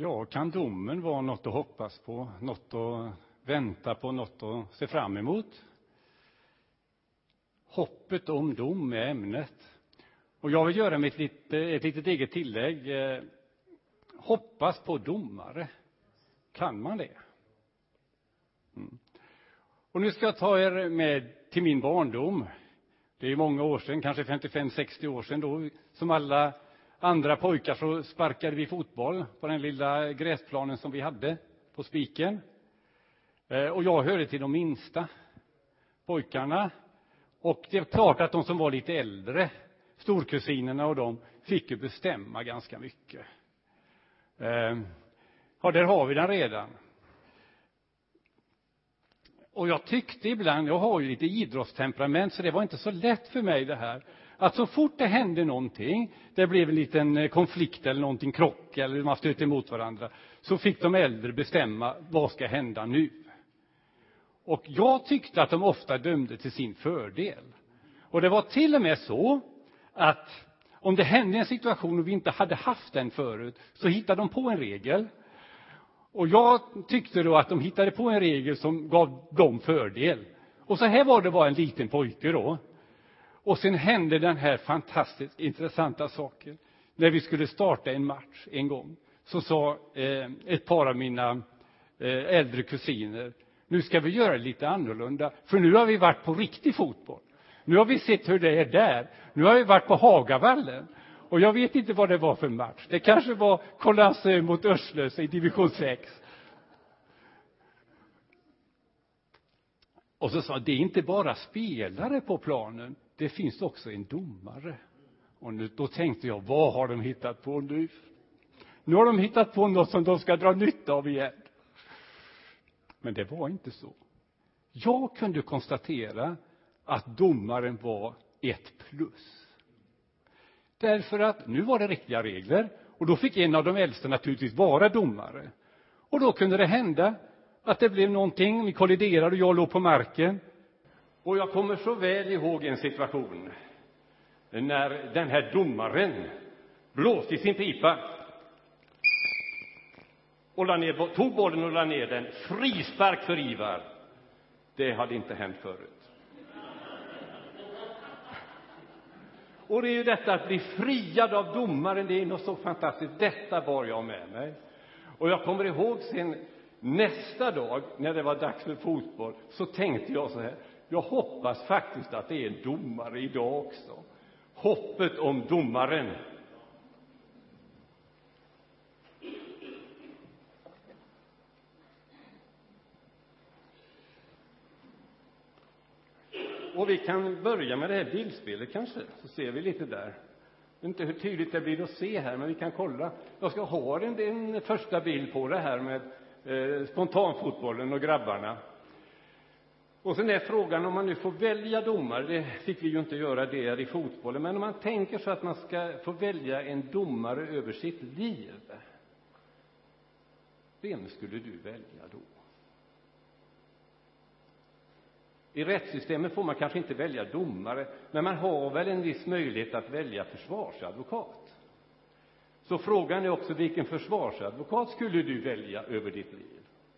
Ja, kan domen vara något att hoppas på, något att vänta på, något att se fram emot? Hoppet om dom är ämnet. Och jag vill göra ett litet eget tillägg. Hoppas på domare. Kan man det? Och nu ska jag ta er med till min barndom. Det är många år sedan, kanske 55-60 år sedan då. Som alla andra pojkar så sparkade vi fotboll på den lilla gräsplanen som vi hade på Spiken. Och jag hörde till de minsta pojkarna. Och det är klart att de som var lite äldre, storkusinerna och de, fick ju bestämma ganska mycket. Ja, där har vi den redan. Och jag tyckte ibland, jag har ju lite idrottstemperament så det var inte så lätt för mig det här. Att så fort det hände någonting, det blev en liten konflikt eller någonting, krock eller man stötte emot varandra, så fick de äldre bestämma vad ska hända nu. Och jag tyckte att de ofta dömde till sin fördel. Och det var till och med så att om det hände en situation och vi inte hade haft den förut så hittade de på en regel. Och jag tyckte då att de hittade på en regel som gav dem fördel. Och så här var det bara en liten pojke då. Och sen hände den här fantastiskt intressanta saken. När vi skulle starta en match en gång så sa ett par av mina äldre kusiner: nu ska vi göra lite annorlunda, för nu har vi varit på riktig fotboll. Nu har vi sett hur det är där. Nu har vi varit på Hagavallen. Och jag vet inte vad det var för match. Det kanske var Kållandsö mot Örslös i division 6. Och så sa det är inte bara spelare på planen. Det finns också en domare. Och då tänkte jag, vad har de hittat på nu? Nu har de hittat på något som de ska dra nytta av igen. Men det var inte så. Jag kunde konstatera att domaren var ett plus. Därför att nu var det riktiga regler. Och då fick en av de äldsta naturligtvis vara domare. Och då kunde det hända att det blev någonting. Vi kolliderade och jag låg på marken. Och jag kommer så väl ihåg en situation. När den här domaren blåste i sin pipa. Och tog bollen och la ner den. Frispark för Ivar. Det hade inte hänt förut. Och det är ju detta att bli friad av domaren, det är något så fantastiskt. Detta bar jag med mig. Och jag kommer ihåg sen nästa dag när det var dags för fotboll så tänkte jag så här: jag hoppas faktiskt att det är en domare idag också. Hoppet om domaren. Och vi kan börja med det här bildspelet kanske, så ser vi lite där. Inte hur tydligt det blir att se här, men vi kan kolla. Jag ska ha en första bild på det här med spontanfotbollen och grabbarna. Och sen är frågan om man nu får välja domare. Det fick vi ju inte göra det i fotbollen. Men om man tänker så att man ska få välja en domare över sitt liv. Vem skulle du välja då? I rättssystemet får man kanske inte välja domare, men man har väl en viss möjlighet att välja försvarsadvokat. Så frågan är också, vilken försvarsadvokat skulle du välja över ditt liv?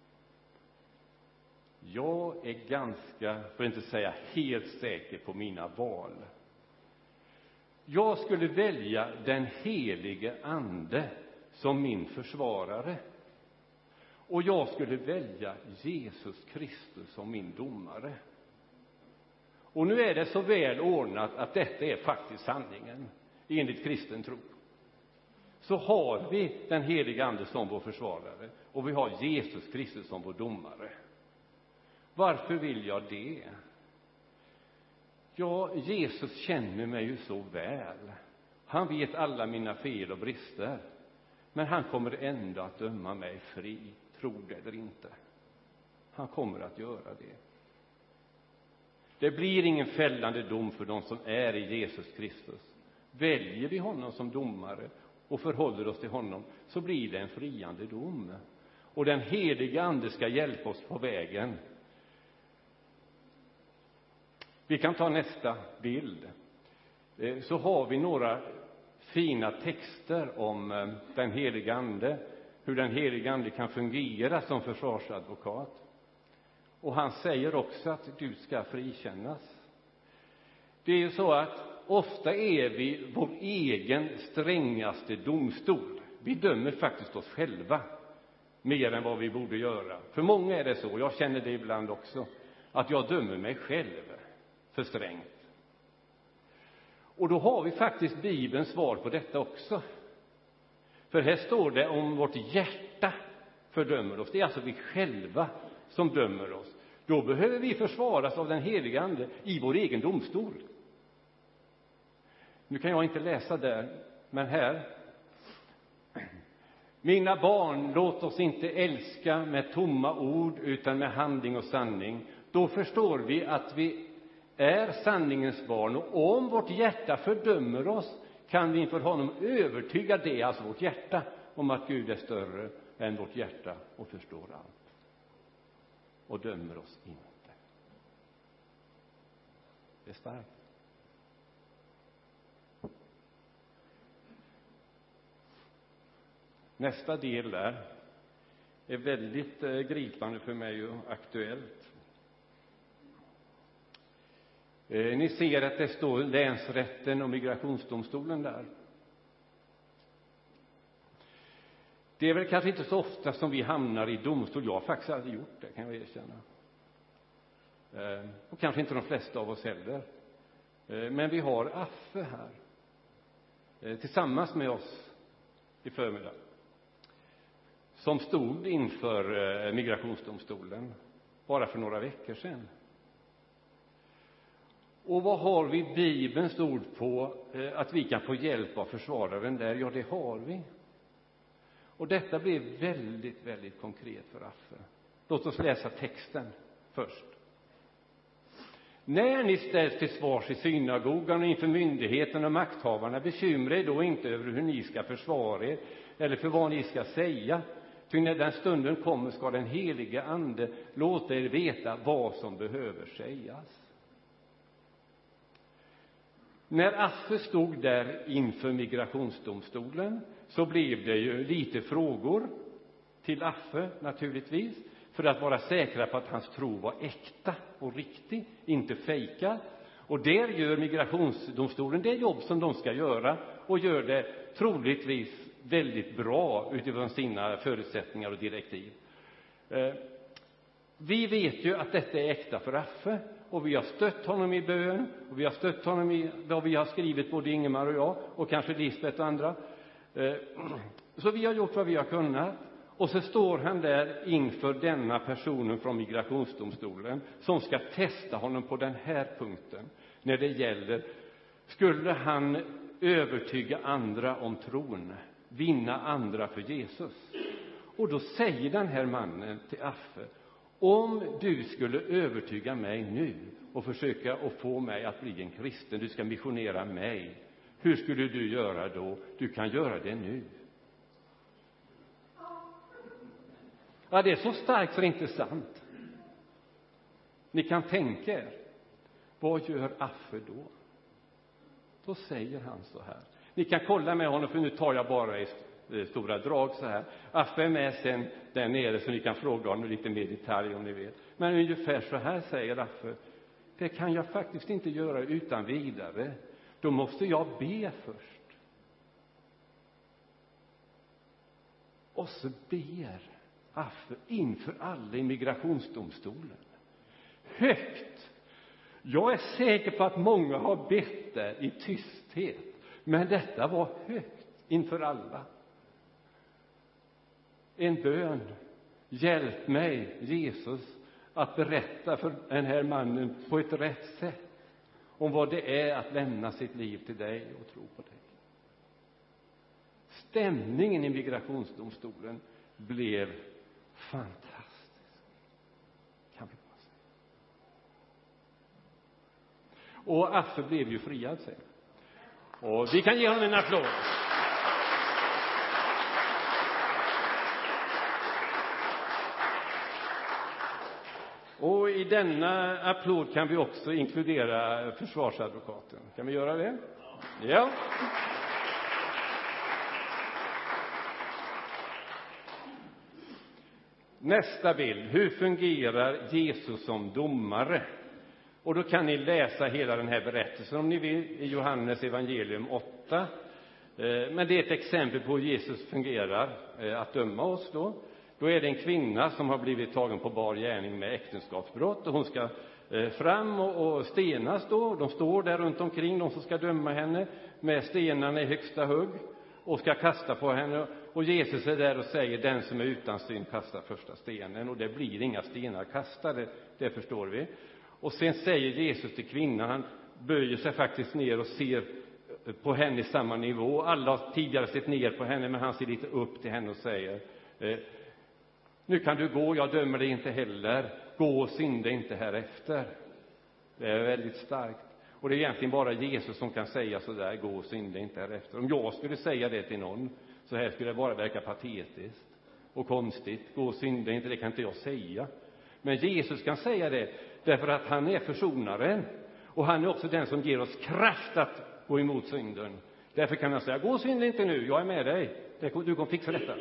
Jag är ganska, för att inte säga helt säker på mina val. Jag skulle välja den helige ande som min försvarare. Och jag skulle välja Jesus Kristus som min domare. Och nu är det så väl ordnat att detta är faktiskt sanningen enligt kristen tro. Så har vi den heliga ande som vår försvarare och vi har Jesus Kristus som vår domare. Varför vill jag det? Ja, Jesus känner mig ju så väl. Han vet alla mina fel och brister. Men han kommer ändå att döma mig fri, tro det eller inte. Han kommer att göra det. Det blir ingen fällande dom för de som är i Jesus Kristus. Väljer vi honom som domare och förhåller oss till honom, så blir det en friande dom. Och den heliga ande ska hjälpa oss på vägen. Vi kan ta nästa bild. Så har vi några fina texter om den heliga ande. hur den helige ande kan fungera som försvarsadvokat. Och han säger också att du ska frikännas. Det är ju så att ofta är vi vår egen strängaste domstol. Vi dömer faktiskt oss själva mer än vad vi borde göra. För många är det så, jag känner det ibland också, att jag dömer mig själv för strängt. Och då har vi faktiskt Bibelns svar på detta också. För här står det om vårt hjärta fördömer oss. Det är alltså vi själva som dömer oss. Då behöver vi försvaras av den helige ande i vår egen domstol. Nu kan jag inte läsa där, men här. Mina barn, låt oss inte älska med tomma ord utan med handling och sanning. Då förstår vi att vi är sanningens barn, och om vårt hjärta fördömer oss kan vi inför honom övertyga det, alltså vårt hjärta, om att Gud är större än vårt hjärta och förstår allt och dömer oss inte. Det är starkt. Nästa del där är väldigt gripande för mig och aktuellt. Ni ser att det står länsrätten och migrationsdomstolen där. Det är väl kanske inte så ofta som vi hamnar i domstol. Jag har faktiskt aldrig gjort det, kan jag erkänna. Och kanske inte de flesta av oss heller. Men vi har Affe här. Tillsammans med oss i förmiddag. Som stod inför migrationsdomstolen bara för några veckor sedan. Och vad har vi Bibelns ord på att vi kan få hjälp av försvararen där? Ja, det har vi. Och detta blir väldigt, väldigt konkret för Affe. Låt oss läsa texten först. När ni ställs till svars i synagogan och inför myndigheten och makthavarna, bekymra er då inte över hur ni ska försvara er eller för vad ni ska säga. Ty när den stunden kommer ska den helige ande låta er veta vad som behöver sägas. När Affe stod där inför migrationsdomstolen så blev det ju lite frågor till Affe naturligtvis, för att vara säkra på att hans tro var äkta och riktig, inte fejka. Och där gör migrationsdomstolen det jobb som de ska göra, och gör det troligtvis väldigt bra utifrån sina förutsättningar och direktiv. Vi vet ju att detta är äkta för Affe, och vi har stött honom i bön, och vi har stött honom i vad vi har skrivit, både Ingemar och jag, och kanske Lisbeth och andra. Så vi har gjort vad vi har kunnat. Och så står han där inför denna personen från migrationsdomstolen som ska testa honom på den här punkten. När det gäller, skulle han övertyga andra om tron, vinna andra för Jesus? Och då säger den här mannen till Affe: om du skulle övertyga mig nu och försöka att få mig att bli en kristen, du ska missionera mig, hur skulle du göra då? Du kan göra det nu. Ja, det är så starkt så det är inte sant. Ni kan tänka er, vad gör Affe då? Då säger han så här. Ni kan kolla med honom, för nu tar jag bara i stora drag så här. Affe är med sen där nere, så ni kan fråga honom lite mer detalj om ni vet. Men ungefär så här säger Affe: det kan jag faktiskt inte göra utan vidare. Då måste jag be först. Och så ber Affe inför alla i migrationsdomstolen. Högt. Jag är säker på att många har bett det i tysthet. Men detta var högt inför alla. En bön. Hjälp mig, Jesus, att berätta för den här mannen på ett rätt sätt om vad det är att lämna sitt liv till dig och tro på dig. Stämningen i migrationsdomstolen blev fantastisk, kan vi bara säga. Och Affe blev ju friad sen. Och vi kan ge honom en applåd. Och i denna applåd kan vi också inkludera försvarsadvokaten. Kan vi göra det? Ja. Nästa bild. Hur fungerar Jesus som domare? Och då kan ni läsa hela den här berättelsen om ni vill i Johannes evangelium 8. Men det är ett exempel på hur Jesus fungerar att döma oss då. Då är det en kvinna som har blivit tagen på bar gärning med äktenskapsbrott. Och hon ska fram och stenas då. De står där runt omkring, de som ska döma henne, med stenarna i högsta hugg och ska kasta på henne. Och Jesus är där och säger: den som är utan synd kastar första stenen. Och det blir inga stenar kastade, det förstår vi. Och sen säger Jesus till kvinnan, han böjer sig faktiskt ner och ser på henne i samma nivå. Alla har tidigare sett ner på henne, men han ser lite upp till henne och säger: nu kan du gå, jag dömer dig inte heller. Gå och synda inte här efter. Det är väldigt starkt. Och det är egentligen bara Jesus som kan säga så där: gå och synda inte här efter. Om jag skulle säga det till någon, så här skulle det bara verka patetiskt och konstigt. Gå och synda inte, det kan inte jag säga. Men Jesus kan säga det, därför att han är försonaren. Och han är också den som ger oss kraft att gå emot synden. Därför kan han säga: gå och synda inte nu, jag är med dig. Du kommer fixa detta.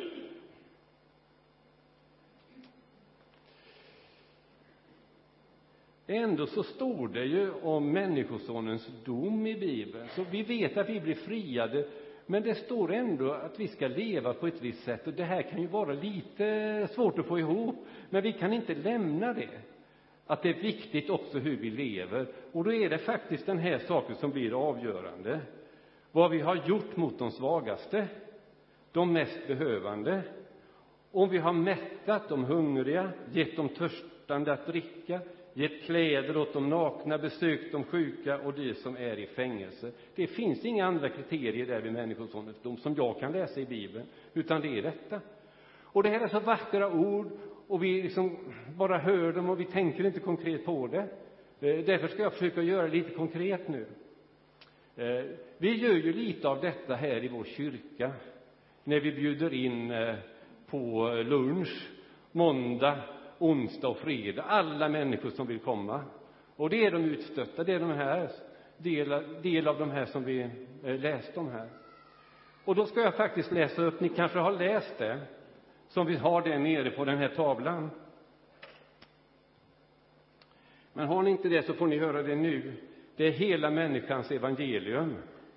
Ändå så står det ju om människosonens dom i Bibeln. Så vi vet att vi blir friade, men det står ändå att vi ska leva på ett visst sätt. Och det här kan ju vara lite svårt att få ihop, men vi kan inte lämna det. Att det är viktigt också hur vi lever. Och då är det faktiskt den här saken som blir avgörande. Vad vi har gjort mot de svagaste, de mest behövande. Om vi har mättat de hungriga, gett de törstande att dricka, gett kläder åt de nakna, besökt de sjuka och de som är i fängelse. Det finns inga andra kriterier där vid människosonens dom som jag kan läsa i Bibeln, utan det är detta. Och det här är så vackra ord, och vi liksom bara hör dem och vi tänker inte konkret på det. Därför ska jag försöka göra lite konkret nu. Vi gör ju lite av detta här i vår kyrka när vi bjuder in på lunch måndag, onsdag och fredag. Alla människor som vill komma. Och det är de utstötta, det är de här del av de här som vi läste om här. Och då ska jag faktiskt läsa upp, ni kanske har läst det, som vi har där nere på den här tavlan. Men har ni inte det så får ni höra det nu. Det är hela människans evangelium.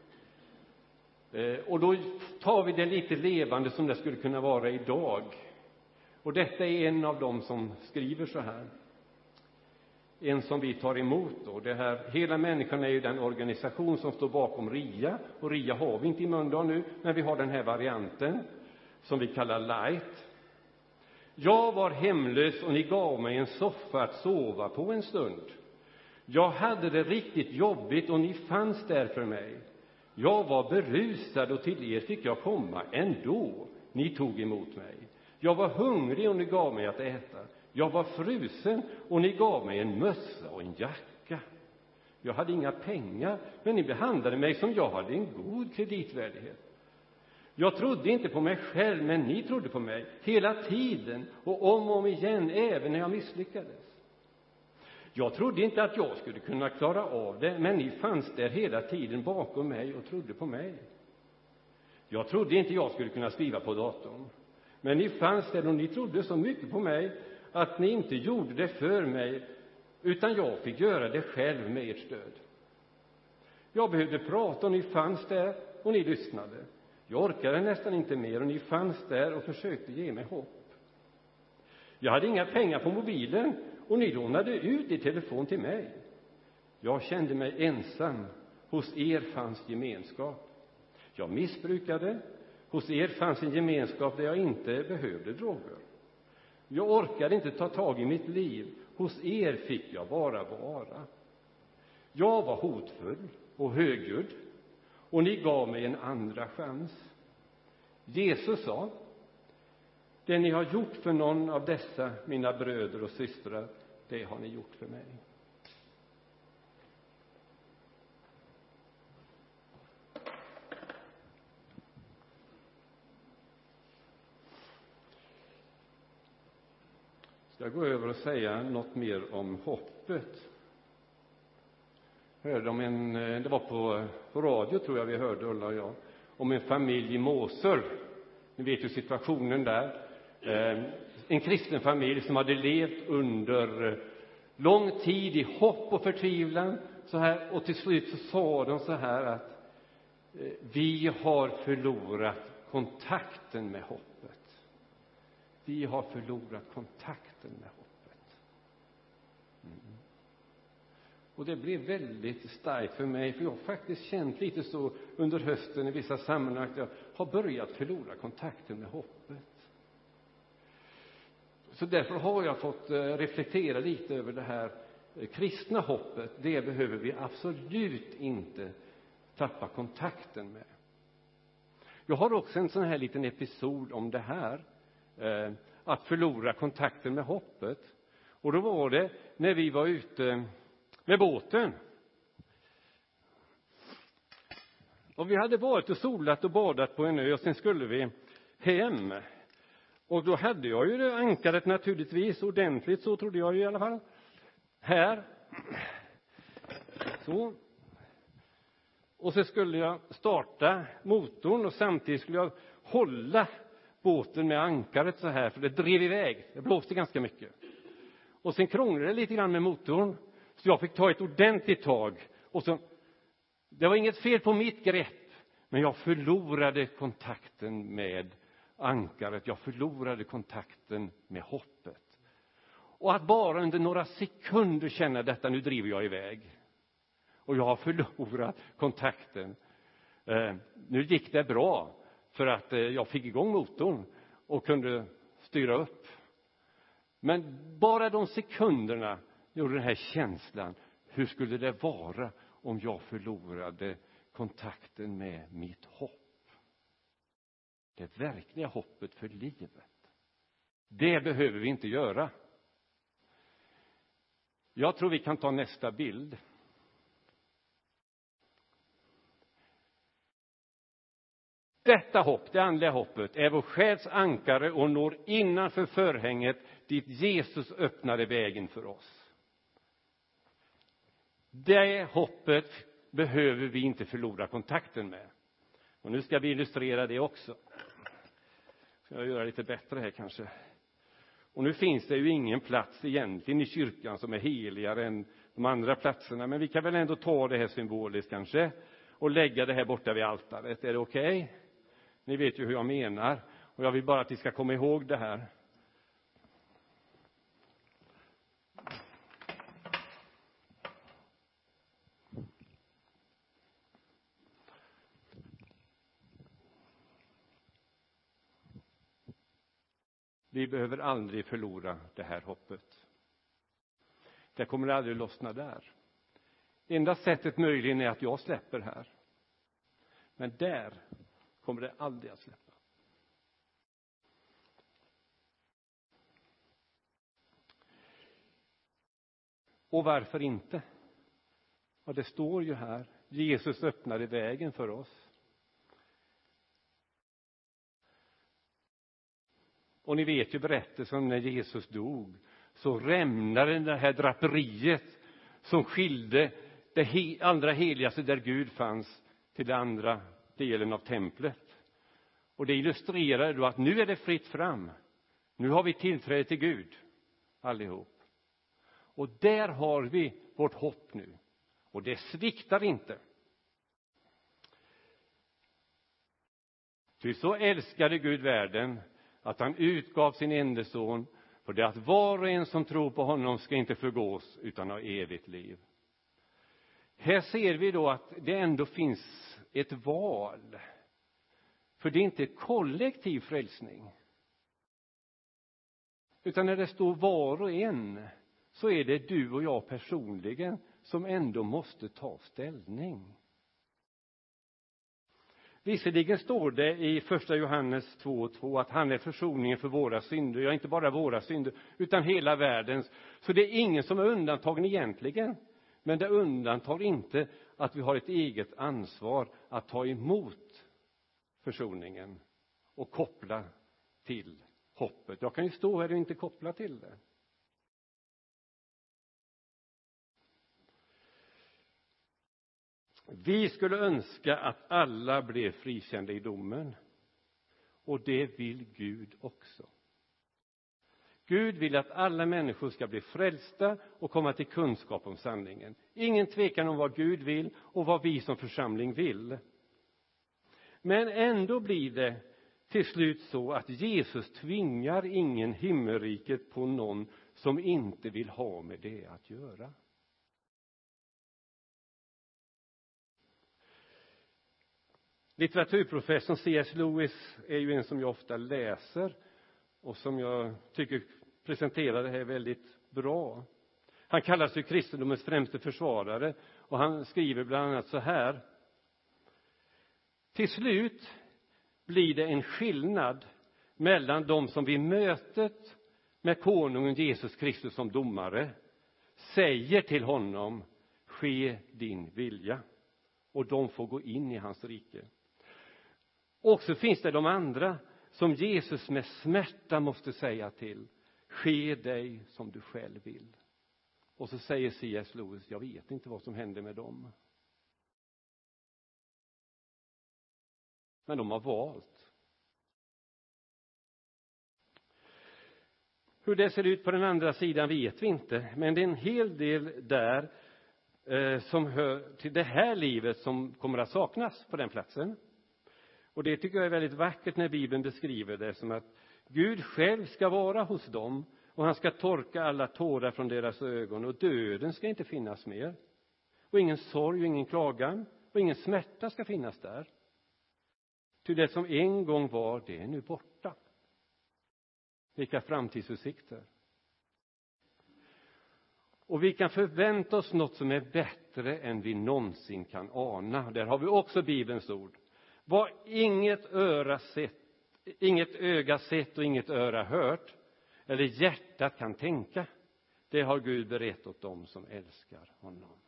Och då tar vi det lite levande som det skulle kunna vara idag. Och detta är en av dem som skriver så här. En som vi tar emot då. Det här, hela människan är ju den organisation som står bakom RIA. Och RIA har vi inte i Mölndal nu, men vi har den här varianten som vi kallar light. Jag var hemlös och ni gav mig en soffa att sova på en stund. Jag hade det riktigt jobbigt och ni fanns där för mig. Jag var berusad och till er fick jag komma ändå. Ni tog emot mig. Jag var hungrig och ni gav mig att äta. Jag var frusen och ni gav mig en mössa och en jacka. Jag hade inga pengar, men ni behandlade mig som jag hade en god kreditvärdighet. Jag trodde inte på mig själv, men ni trodde på mig hela tiden och om igen, även när jag misslyckades. Jag trodde inte att jag skulle kunna klara av det, men ni fanns där hela tiden bakom mig och trodde på mig. Jag trodde inte jag skulle kunna skriva på datorn, men ni fanns där och ni trodde så mycket på mig att ni inte gjorde det för mig, utan jag fick göra det själv med ert stöd. Jag behövde prata och ni fanns där och ni lyssnade. Jag orkade nästan inte mer och ni fanns där och försökte ge mig hopp. Jag hade inga pengar på mobilen och ni lånade ut i telefon till mig. Jag kände mig ensam. Hos er fanns gemenskap. Jag missbrukade. Hos er fanns en gemenskap där jag inte behövde droger. Jag orkade inte ta tag i mitt liv. Hos er fick jag bara vara. Jag var hotfull och högljudd och ni gav mig en andra chans. Jesus sa: det ni har gjort för någon av dessa mina bröder och systrar, det har ni gjort för mig. Ska jag gå över och säga något mer om hoppet. Hörde om det var på radio tror jag vi hörde, Ulla och jag, om en familj i Måsör. Ni vet ju situationen där. en kristen familj som hade levt under lång tid i hopp och förtvivlan. Så här, och till slut så sa de så här att vi har förlorat kontakten med hoppet. Vi har förlorat kontakten med hoppet. Och det blev väldigt starkt för mig, för jag har faktiskt känt lite så under hösten i vissa sammanhang att jag har börjat förlora kontakten med hoppet. Så därför har jag fått reflektera lite över det här kristna hoppet. Det behöver vi absolut inte tappa kontakten med. Jag har också en sån här liten episod om det här, att förlora kontakten med hoppet. Och då var det när vi var ute med båten. Och vi hade varit och solat och badat på en ö och sen skulle vi hem. Och då hade jag ju ankaret naturligtvis ordentligt, så trodde jag i alla fall. Här. Så. Och så skulle jag starta motorn och samtidigt skulle jag hålla båten med ankaret så här, för det drev iväg. Det blåste ganska mycket. Och sen krånglade det lite grann med motorn, så jag fick ta ett ordentligt tag. Och så, det var inget fel på mitt grepp, men jag förlorade kontakten med ankaret. Jag förlorade kontakten med hoppet. Och att bara under några sekunder känna detta, nu driver jag iväg. Och jag har förlorat kontakten. Nu gick det bra för att jag fick igång motorn och kunde styra upp. Men bara de sekunderna gjorde den här känslan. Hur skulle det vara om jag förlorade kontakten med mitt hopp? Det verkliga hoppet för livet. Det behöver vi inte göra. Jag tror vi kan ta nästa bild. Detta hopp, det andliga hoppet, är vår själs ankare och når innanför förhänget dit Jesus öppnade vägen för oss. Det hoppet behöver vi inte förlora kontakten med. Och nu ska vi illustrera det också. Ska jag göra lite bättre här kanske. Och nu finns det ju ingen plats egentligen i kyrkan som är heligare än de andra platserna. Men vi kan väl ändå ta det här symboliskt kanske. Och lägga det här borta vid altaret. Är det okej? Ni vet ju hur jag menar. Och jag vill bara att ni ska komma ihåg det här. Vi behöver aldrig förlora det här hoppet. Det kommer aldrig lossna där. Enda sättet möjligen är att jag släpper här. Men där kommer det aldrig att släppa. Och varför inte? Ja, det står ju här. Jesus öppnade vägen för oss. Och ni vet ju berättelsen när Jesus dog. Så rämnade det här draperiet som skilde det allra heligaste där Gud fanns till den andra delen av templet. Och det illustrerar då att nu är det fritt fram. Nu har vi tillträde till Gud allihop. Och där har vi vårt hopp nu. Och det sviktar inte. Ty så älskade Gud världen att han utgav sin enda son för det att var och en som tror på honom ska inte förgås utan ha evigt liv. Här ser vi då att det ändå finns ett val. För det är inte kollektiv frälsning. Utan när det står var och en så är det du och jag personligen som ändå måste ta ställning. Visserligen står det i första Johannes 2:2 att han är försoningen för våra synder. Ja, inte bara våra synder utan hela världens. Så det är ingen som är undantagen egentligen. Men det undantar inte att vi har ett eget ansvar att ta emot försoningen och koppla till hoppet. Jag kan ju stå här och inte koppla till det. Vi skulle önska att alla blev frikända i domen. Och det vill Gud också. Gud vill att alla människor ska bli frälsta och komma till kunskap om sanningen. Ingen tvekan om vad Gud vill och vad vi som församling vill. Men ändå blir det till slut så att Jesus tvingar ingen himmelriket på någon som inte vill ha med det att göra. Litteraturprofessorn C.S. Lewis är ju en som jag ofta läser och som jag tycker presenterar det här väldigt bra. Han kallas ju kristendomens främste försvarare och han skriver bland annat så här: till slut blir det en skillnad mellan de som vid mötet med konungen Jesus Kristus som domare säger till honom: ske din vilja, och de får gå in i hans rike. Och så finns det de andra som Jesus med smärta måste säga till: ske dig som du själv vill. Och så säger C.S. Lewis: jag vet inte vad som händer med dem. Men de har valt. Hur det ser ut på den andra sidan vet vi inte. Men det är en hel del där som hör till det här livet som kommer att saknas på den platsen. Och det tycker jag är väldigt vackert när Bibeln beskriver det som att Gud själv ska vara hos dem. Och han ska torka alla tårar från deras ögon. Och döden ska inte finnas mer. Och ingen sorg och ingen klagan. Och ingen smärta ska finnas där. Ty det som en gång var, det är nu borta. Vilka framtidsutsikter. Och vi kan förvänta oss något som är bättre än vi någonsin kan ana. Där har vi också Bibelns ord. Vad inget öga sett och inget öra hört, eller hjärtat kan tänka, det har Gud berett åt dem som älskar honom.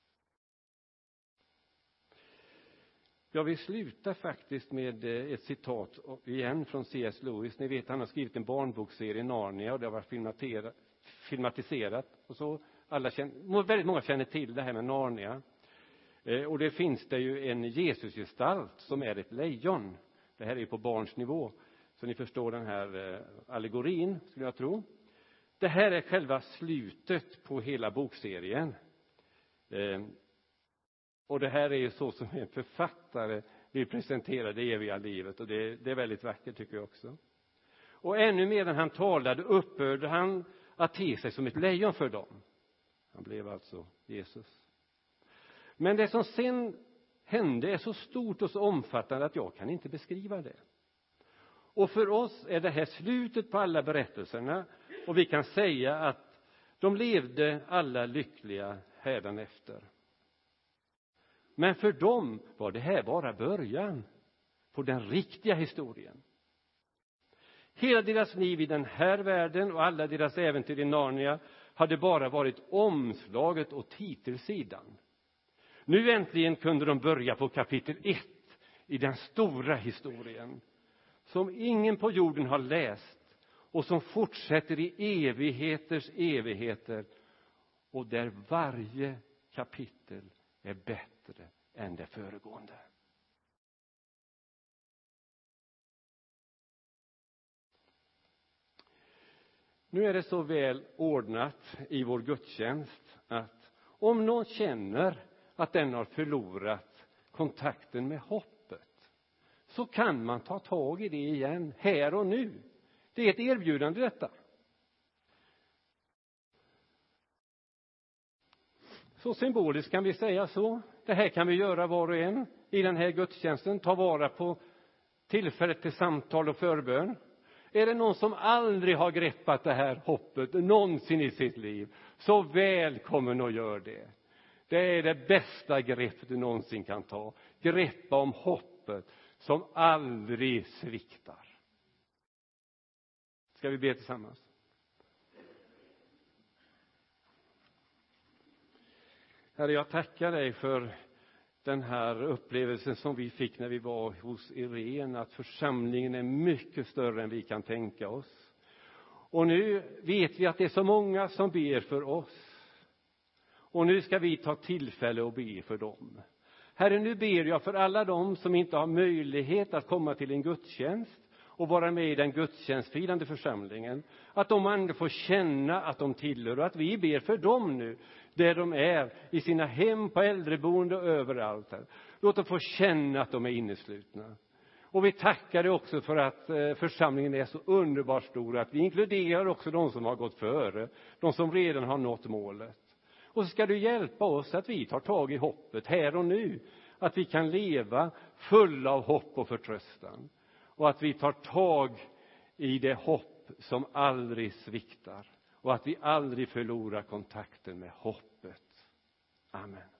Jag vill sluta faktiskt med ett citat igen från C.S. Lewis. Ni vet, han har skrivit en barnbokserie, Narnia, och det har varit filmatiserat. Och så väldigt många känner till det här med Narnia. Och det finns det ju en Jesusgestalt som är ett lejon. Det här är på barns nivå. Så ni förstår den här allegorin, skulle jag tro. Det här är själva slutet på hela bokserien. Och det här är ju så som en författare vill presentera det eviga livet. Och det är väldigt vackert, tycker jag också. Och ännu mer än han talade upphörde han att te sig som ett lejon för dem. Han blev alltså Jesus. Men det som sen hände är så stort och så omfattande att jag kan inte beskriva det. Och för oss är det här slutet på alla berättelserna. Och vi kan säga att de levde alla lyckliga hädanefter. Men för dem var det här bara början på den riktiga historien. Hela deras liv i den här världen och alla deras äventyr i Narnia hade bara varit omslaget och titelsidan. Nu äntligen kunde de börja på kapitel 1 i den stora historien. Som ingen på jorden har läst och som fortsätter i evigheters evigheter. Och där varje kapitel är bättre än det föregående. Nu är det så väl ordnat i vår gudstjänst att om någon känner att den har förlorat kontakten med hoppet, så kan man ta tag i det igen, här och nu. Det är ett erbjudande detta. Så symboliskt kan vi säga så. Det här kan vi göra var och en i den här gudstjänsten. Ta vara på tillfället till samtal och förbön. Är det någon som aldrig har greppat det här hoppet någonsin i sitt liv, så välkommen och gör det. Det är det bästa greppet du någonsin kan ta. Greppa om hoppet som aldrig sviktar. Ska vi be tillsammans? Herre, jag tackar dig för den här upplevelsen som vi fick när vi var hos Irene, att församlingen är mycket större än vi kan tänka oss. Och nu vet vi att det är så många som ber för oss. Och nu ska vi ta tillfälle och be för dem. Herre, nu ber jag för alla dem som inte har möjlighet att komma till en gudstjänst. och vara med i den gudstjänstfirande församlingen. Att de ändå får känna att de tillhör och att vi ber för dem nu. Där de är, i sina hem, på äldreboende och överallt. Låt dem få känna att de är inneslutna. Och vi tackar dig också för att församlingen är så underbart stor. Att vi inkluderar också de som har gått före. De som redan har nått målet. Och så ska du hjälpa oss att vi tar tag i hoppet här och nu. Att vi kan leva fulla av hopp och förtröstan. Och att vi tar tag i det hopp som aldrig sviktar. Och att vi aldrig förlorar kontakten med hoppet. Amen.